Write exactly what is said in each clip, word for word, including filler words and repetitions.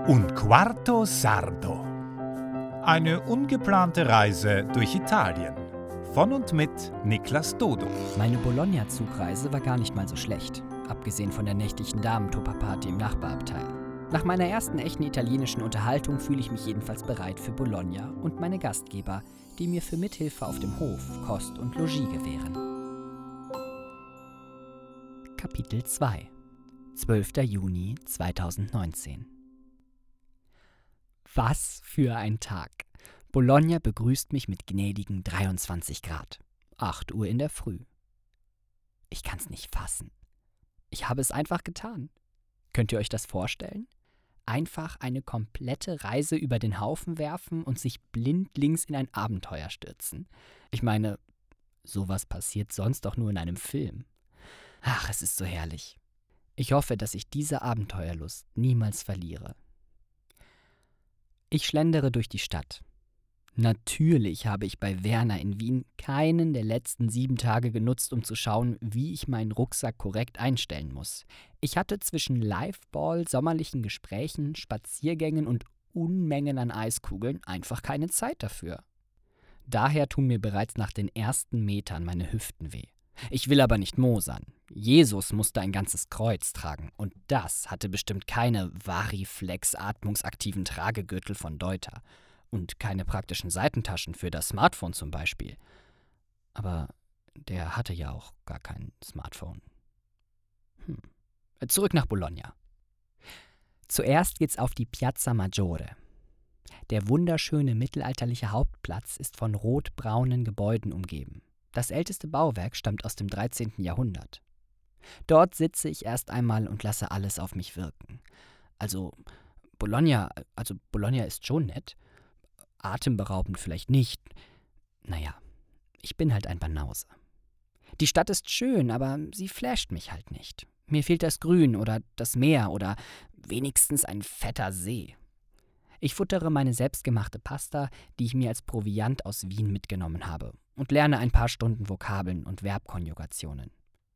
Un quarto sardo. Eine ungeplante Reise durch Italien. Von und mit Niklas Dodo. Meine Bologna-Zugreise war gar nicht mal so schlecht, abgesehen von der nächtlichen Damentupperparty im Nachbarabteil. Nach meiner ersten echten italienischen Unterhaltung fühle ich mich jedenfalls bereit für Bologna und meine Gastgeber, die mir für Mithilfe auf dem Hof Kost und Logis gewähren. Kapitel zwei. zwölfter Juni zweitausendneunzehn. Was für ein Tag! Bologna begrüßt mich mit gnädigen dreiundzwanzig Grad. acht Uhr in der Früh. Ich kann's nicht fassen. Ich habe es einfach getan. Könnt ihr euch das vorstellen? Einfach eine komplette Reise über den Haufen werfen und sich blindlings in ein Abenteuer stürzen. Ich meine, sowas passiert sonst doch nur in einem Film. Ach, es ist so herrlich. Ich hoffe, dass ich diese Abenteuerlust niemals verliere. Ich schlendere durch die Stadt. Natürlich habe ich bei Werner in Wien keinen der letzten sieben Tage genutzt, um zu schauen, wie ich meinen Rucksack korrekt einstellen muss. Ich hatte zwischen Liveball, sommerlichen Gesprächen, Spaziergängen und Unmengen an Eiskugeln einfach keine Zeit dafür. Daher tun mir bereits nach den ersten Metern meine Hüften weh. Ich will aber nicht mosern. Jesus musste ein ganzes Kreuz tragen und das hatte bestimmt keine Variflex-atmungsaktiven Tragegürtel von Deuter. Und keine praktischen Seitentaschen für das Smartphone zum Beispiel. Aber der hatte ja auch gar kein Smartphone. Hm. Zurück nach Bologna. Zuerst geht's auf die Piazza Maggiore. Der wunderschöne mittelalterliche Hauptplatz ist von rot-braunen Gebäuden umgeben. Das älteste Bauwerk stammt aus dem dreizehnten Jahrhundert. Dort sitze ich erst einmal und lasse alles auf mich wirken. Also Bologna, also Bologna ist schon nett. Atemberaubend vielleicht nicht. Naja, ich bin halt ein Banause. Die Stadt ist schön, aber sie flasht mich halt nicht. Mir fehlt das Grün oder das Meer oder wenigstens ein fetter See. Ich futtere meine selbstgemachte Pasta, die ich mir als Proviant aus Wien mitgenommen habe, und lerne ein paar Stunden Vokabeln und Verbkonjugationen.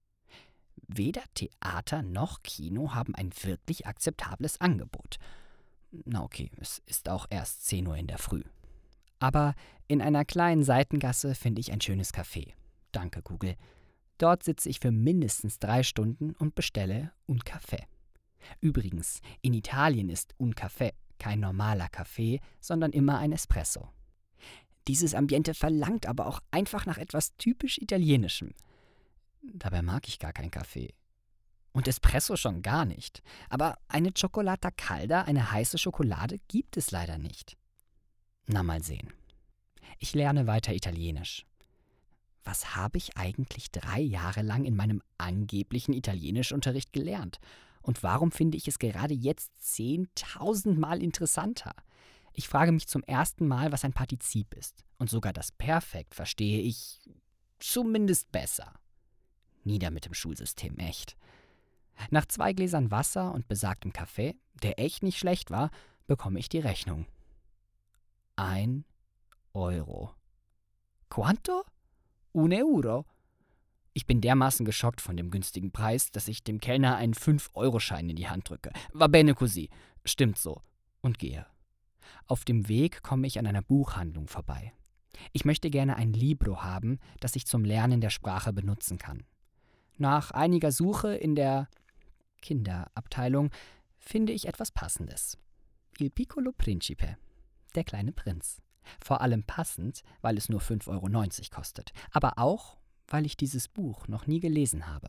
Weder Theater noch Kino haben ein wirklich akzeptables Angebot. Na okay, es ist auch erst zehn Uhr in der Früh. Aber in einer kleinen Seitengasse finde ich ein schönes Café. Danke, Google. Dort sitze ich für mindestens drei Stunden und bestelle un Café. Übrigens, in Italien ist un Café kein normaler Kaffee, sondern immer ein Espresso. Dieses Ambiente verlangt aber auch einfach nach etwas typisch Italienischem. Dabei mag ich gar keinen Kaffee. Und Espresso schon gar nicht. Aber eine Cioccolata Calda, eine heiße Schokolade, gibt es leider nicht. Na, mal sehen. Ich lerne weiter Italienisch. Was habe ich eigentlich drei Jahre lang in meinem angeblichen Italienischunterricht gelernt? Und warum finde ich es gerade jetzt zehntausendmal interessanter? Ich frage mich zum ersten Mal, was ein Partizip ist. Und sogar das Perfekt verstehe ich zumindest besser. Nieder mit dem Schulsystem, echt. Nach zwei Gläsern Wasser und besagtem Kaffee, der echt nicht schlecht war, bekomme ich die Rechnung. Ein Euro. Quanto? Un euro? Ich bin dermaßen geschockt von dem günstigen Preis, dass ich dem Kellner einen fünf-Euro-Schein in die Hand drücke. Va bene così. Stimmt so. Und gehe. Auf dem Weg komme ich an einer Buchhandlung vorbei. Ich möchte gerne ein Libro haben, das ich zum Lernen der Sprache benutzen kann. Nach einiger Suche in der Kinderabteilung finde ich etwas Passendes. Il piccolo principe, der kleine Prinz. Vor allem passend, weil es nur fünf Euro neunzig kostet, aber auch, weil ich dieses Buch noch nie gelesen habe.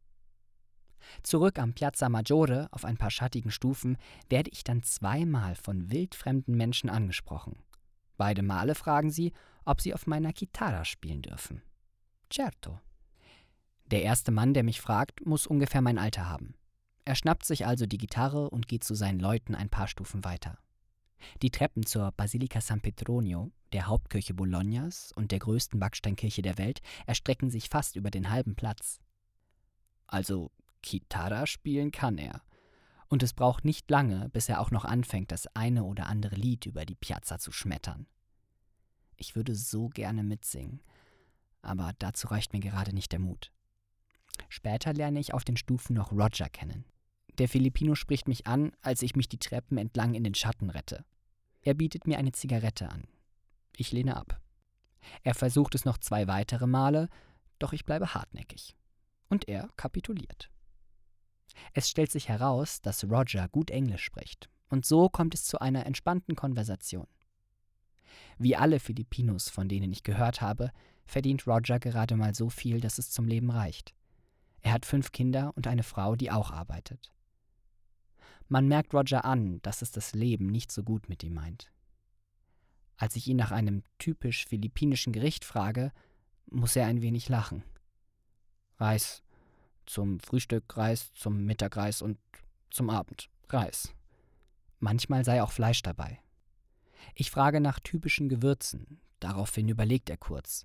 Zurück am Piazza Maggiore auf ein paar schattigen Stufen werde ich dann zweimal von wildfremden Menschen angesprochen. Beide Male fragen sie, ob sie auf meiner Chitarra spielen dürfen. Certo. Der erste Mann, der mich fragt, muss ungefähr mein Alter haben. Er schnappt sich also die Gitarre und geht zu seinen Leuten ein paar Stufen weiter. Die Treppen zur Basilica San Petronio, der Hauptkirche Bolognas und der größten Backsteinkirche der Welt, erstrecken sich fast über den halben Platz. Also Gitarre spielen kann er. Und es braucht nicht lange, bis er auch noch anfängt, das eine oder andere Lied über die Piazza zu schmettern. Ich würde so gerne mitsingen, aber dazu reicht mir gerade nicht der Mut. Später lerne ich auf den Stufen noch Roger kennen. Der Filipino spricht mich an, als ich mich die Treppen entlang in den Schatten rette. Er bietet mir eine Zigarette an. Ich lehne ab. Er versucht es noch zwei weitere Male, doch ich bleibe hartnäckig. Und er kapituliert. Es stellt sich heraus, dass Roger gut Englisch spricht. Und so kommt es zu einer entspannten Konversation. Wie alle Filipinos, von denen ich gehört habe, verdient Roger gerade mal so viel, dass es zum Leben reicht. Er hat fünf Kinder und eine Frau, die auch arbeitet. Man merkt Roger an, dass es das Leben nicht so gut mit ihm meint. Als ich ihn nach einem typisch philippinischen Gericht frage, muss er ein wenig lachen. Reis. Zum Frühstück Reis, zum Mittag Reis und zum Abend Reis. Manchmal sei auch Fleisch dabei. Ich frage nach typischen Gewürzen. Daraufhin überlegt er kurz.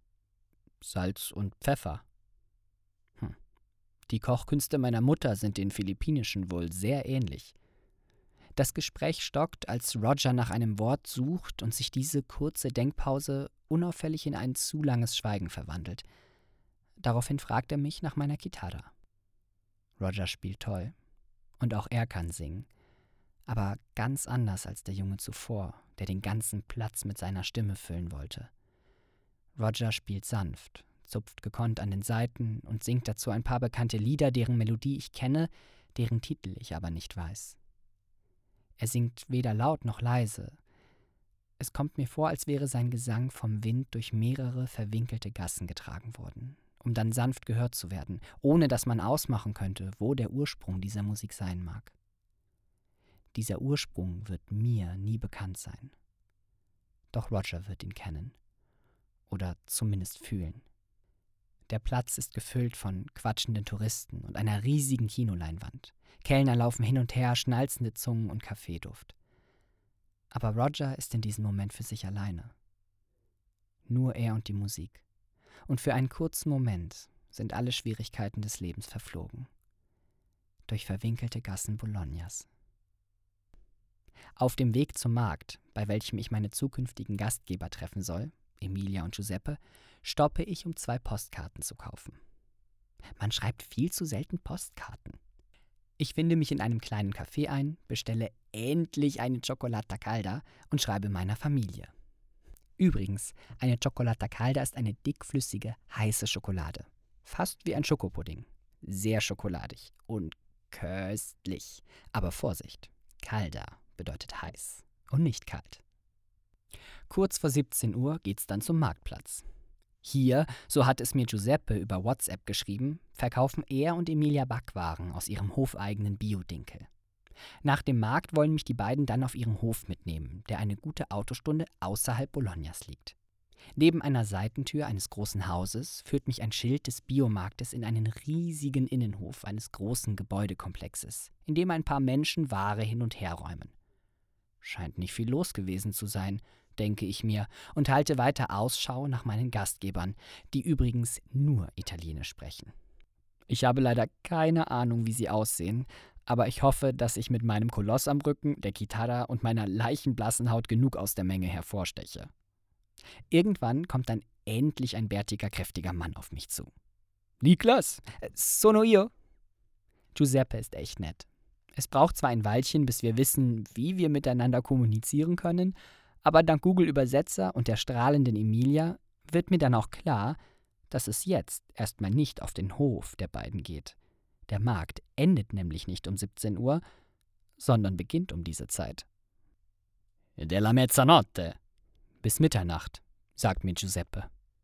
Salz und Pfeffer. Hm. Die Kochkünste meiner Mutter sind den philippinischen wohl sehr ähnlich. Das Gespräch stockt, als Roger nach einem Wort sucht und sich diese kurze Denkpause unauffällig in ein zu langes Schweigen verwandelt. Daraufhin fragt er mich nach meiner Gitarre. Roger spielt toll. Und auch er kann singen. Aber ganz anders als der Junge zuvor, der den ganzen Platz mit seiner Stimme füllen wollte. Roger spielt sanft, zupft gekonnt an den Saiten und singt dazu ein paar bekannte Lieder, deren Melodie ich kenne, deren Titel ich aber nicht weiß. Er singt weder laut noch leise. Es kommt mir vor, als wäre sein Gesang vom Wind durch mehrere verwinkelte Gassen getragen worden, um dann sanft gehört zu werden, ohne dass man ausmachen könnte, wo der Ursprung dieser Musik sein mag. Dieser Ursprung wird mir nie bekannt sein. Doch Roger wird ihn kennen. Oder zumindest fühlen. Der Platz ist gefüllt von quatschenden Touristen und einer riesigen Kinoleinwand. Kellner laufen hin und her, schnalzende Zungen und Kaffeeduft. Aber Roger ist in diesem Moment für sich alleine. Nur er und die Musik. Und für einen kurzen Moment sind alle Schwierigkeiten des Lebens verflogen. Durch verwinkelte Gassen Bolognas. Auf dem Weg zum Markt, bei welchem ich meine zukünftigen Gastgeber treffen soll, Emilia und Giuseppe, stoppe ich, um zwei Postkarten zu kaufen. Man schreibt viel zu selten Postkarten. Ich finde mich in einem kleinen Café ein, bestelle endlich eine Cioccolata Calda und schreibe meiner Familie. Übrigens, eine Cioccolata Calda ist eine dickflüssige, heiße Schokolade. Fast wie ein Schokopudding. Sehr schokoladig und köstlich. Aber Vorsicht, Calda bedeutet heiß und nicht kalt. Kurz vor siebzehn Uhr geht's dann zum Marktplatz. Hier, so hat es mir Giuseppe über WhatsApp geschrieben, verkaufen er und Emilia Backwaren aus ihrem hofeigenen Biodinkel. Nach dem Markt wollen mich die beiden dann auf ihren Hof mitnehmen, der eine gute Autostunde außerhalb Bolognas liegt. Neben einer Seitentür eines großen Hauses führt mich ein Schild des Biomarktes in einen riesigen Innenhof eines großen Gebäudekomplexes, in dem ein paar Menschen Ware hin und her räumen. Scheint nicht viel los gewesen zu sein, denke ich mir, und halte weiter Ausschau nach meinen Gastgebern, die übrigens nur Italienisch sprechen. Ich habe leider keine Ahnung, wie sie aussehen, aber ich hoffe, dass ich mit meinem Koloss am Rücken, der Chitarra und meiner leichenblassen Haut genug aus der Menge hervorsteche. Irgendwann kommt dann endlich ein bärtiger, kräftiger Mann auf mich zu. »Niklas, sono io.« Giuseppe ist echt nett. Es braucht zwar ein Weilchen, bis wir wissen, wie wir miteinander kommunizieren können, aber dank Google-Übersetzer und der strahlenden Emilia wird mir dann auch klar, dass es jetzt erstmal nicht auf den Hof der beiden geht. Der Markt endet nämlich nicht um siebzehn Uhr, sondern beginnt um diese Zeit. »Della mezzanotte«, bis Mitternacht, sagt mir Giuseppe.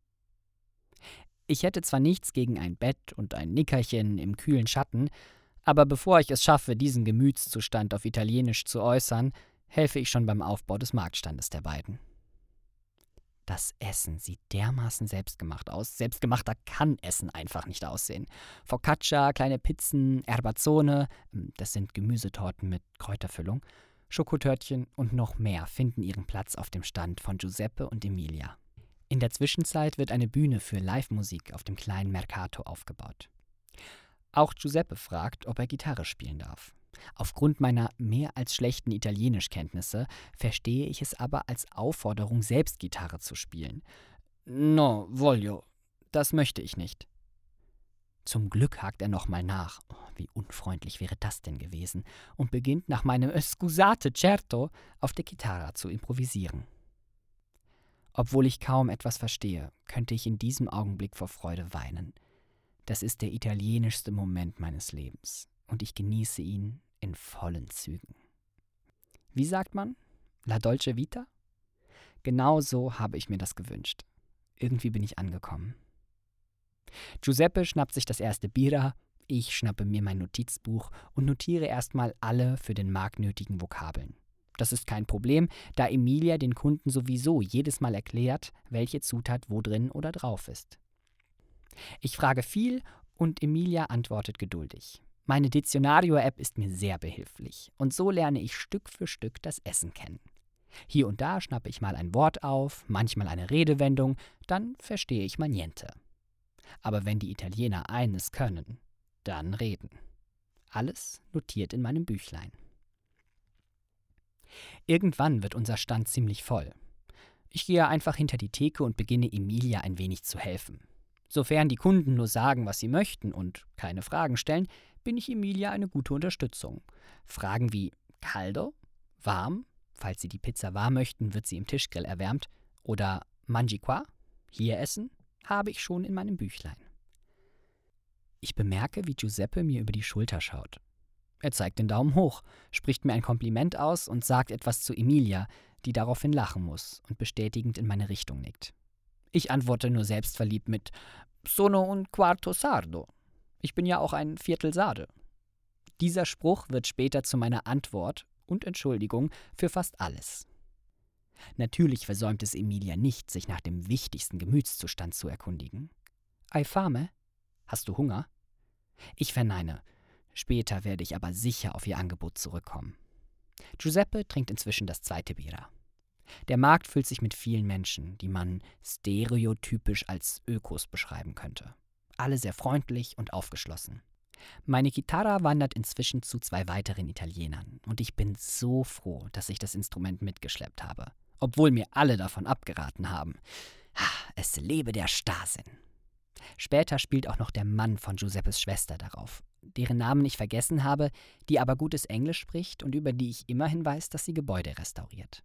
Ich hätte zwar nichts gegen ein Bett und ein Nickerchen im kühlen Schatten, aber bevor ich es schaffe, diesen Gemütszustand auf Italienisch zu äußern, helfe ich schon beim Aufbau des Marktstandes der beiden. Das Essen sieht dermaßen selbstgemacht aus. Selbstgemachter kann Essen einfach nicht aussehen. Focaccia, kleine Pizzen, Erbazzone, das sind Gemüsetorten mit Kräuterfüllung, Schokotörtchen und noch mehr finden ihren Platz auf dem Stand von Giuseppe und Emilia. In der Zwischenzeit wird eine Bühne für Live-Musik auf dem kleinen Mercato aufgebaut. Auch Giuseppe fragt, ob er Gitarre spielen darf. Aufgrund meiner mehr als schlechten Italienischkenntnisse verstehe ich es aber als Aufforderung, selbst Gitarre zu spielen. No, voglio. Das möchte ich nicht. Zum Glück hakt er nochmal nach. Oh, wie unfreundlich wäre das denn gewesen? Und beginnt nach meinem Scusate certo auf der Chitarra zu improvisieren. Obwohl ich kaum etwas verstehe, könnte ich in diesem Augenblick vor Freude weinen. Das ist der italienischste Moment meines Lebens und ich genieße ihn in vollen Zügen. Wie sagt man? La dolce vita? Genau so habe ich mir das gewünscht. Irgendwie bin ich angekommen. Giuseppe schnappt sich das erste Bira, ich schnappe mir mein Notizbuch und notiere erstmal alle für den Markt nötigen Vokabeln. Das ist kein Problem, da Emilia den Kunden sowieso jedes Mal erklärt, welche Zutat wo drin oder drauf ist. Ich frage viel und Emilia antwortet geduldig. Meine Dizionario-App ist mir sehr behilflich und so lerne ich Stück für Stück das Essen kennen. Hier und da schnappe ich mal ein Wort auf, manchmal eine Redewendung, dann verstehe ich mal niente. Aber wenn die Italiener eines können, dann reden. Alles notiert in meinem Büchlein. Irgendwann wird unser Stand ziemlich voll. Ich gehe einfach hinter die Theke und beginne Emilia ein wenig zu helfen. Sofern die Kunden nur sagen, was sie möchten und keine Fragen stellen, bin ich Emilia eine gute Unterstützung. Fragen wie caldo, warm, falls sie die Pizza warm möchten, wird sie im Tischgrill erwärmt, oder mangi qua, hier essen, habe ich schon in meinem Büchlein. Ich bemerke, wie Giuseppe mir über die Schulter schaut. Er zeigt den Daumen hoch, spricht mir ein Kompliment aus und sagt etwas zu Emilia, die daraufhin lachen muss und bestätigend in meine Richtung nickt. Ich antworte nur selbstverliebt mit Sono un quarto sardo. Ich bin ja auch ein Viertel Sarde. Dieser Spruch wird später zu meiner Antwort und Entschuldigung für fast alles. Natürlich versäumt es Emilia nicht, sich nach dem wichtigsten Gemütszustand zu erkundigen. Hai fame? Hast du Hunger? Ich verneine. Später werde ich aber sicher auf ihr Angebot zurückkommen. Giuseppe trinkt inzwischen das zweite Bira. Der Markt füllt sich mit vielen Menschen, die man stereotypisch als Ökos beschreiben könnte. Alle sehr freundlich und aufgeschlossen. Meine Chitarra wandert inzwischen zu zwei weiteren Italienern und ich bin so froh, dass ich das Instrument mitgeschleppt habe, obwohl mir alle davon abgeraten haben. Es lebe der Starrsinn. Später spielt auch noch der Mann von Giuseppes Schwester darauf, deren Namen ich vergessen habe, die aber gutes Englisch spricht und über die ich immerhin weiß, dass sie Gebäude restauriert.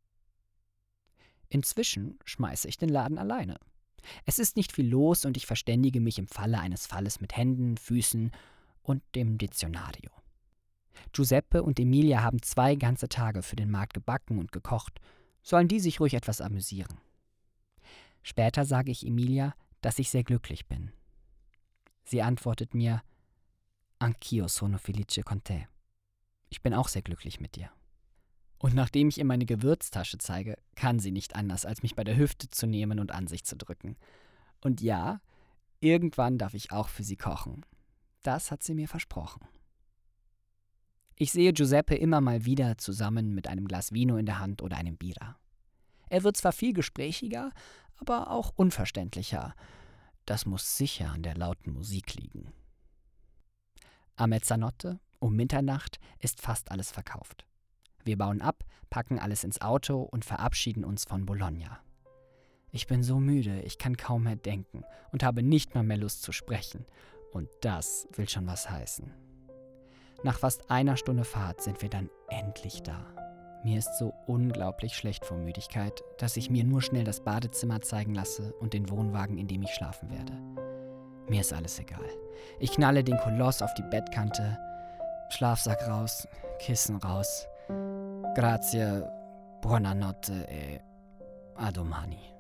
Inzwischen schmeiße ich den Laden alleine. Es ist nicht viel los und ich verständige mich im Falle eines Falles mit Händen, Füßen und dem Dizionario. Giuseppe und Emilia haben zwei ganze Tage für den Markt gebacken und gekocht, sollen die sich ruhig etwas amüsieren. Später sage ich Emilia, dass ich sehr glücklich bin. Sie antwortet mir, Anch'io sono felice con te. Ich bin auch sehr glücklich mit dir. Und nachdem ich ihr meine Gewürztasche zeige, kann sie nicht anders, als mich bei der Hüfte zu nehmen und an sich zu drücken. Und ja, irgendwann darf ich auch für sie kochen. Das hat sie mir versprochen. Ich sehe Giuseppe immer mal wieder zusammen mit einem Glas Vino in der Hand oder einem Bira. Er wird zwar viel gesprächiger, aber auch unverständlicher. Das muss sicher an der lauten Musik liegen. A mezzanotte, um Mitternacht, ist fast alles verkauft. Wir bauen ab, packen alles ins Auto und verabschieden uns von Bologna. Ich bin so müde, ich kann kaum mehr denken und habe nicht mal mehr Lust zu sprechen. Und das will schon was heißen. Nach fast einer Stunde Fahrt sind wir dann endlich da. Mir ist so unglaublich schlecht vor Müdigkeit, dass ich mir nur schnell das Badezimmer zeigen lasse und den Wohnwagen, in dem ich schlafen werde. Mir ist alles egal. Ich knalle den Koloss auf die Bettkante, Schlafsack raus, Kissen raus. Grazie, buonanotte e a domani.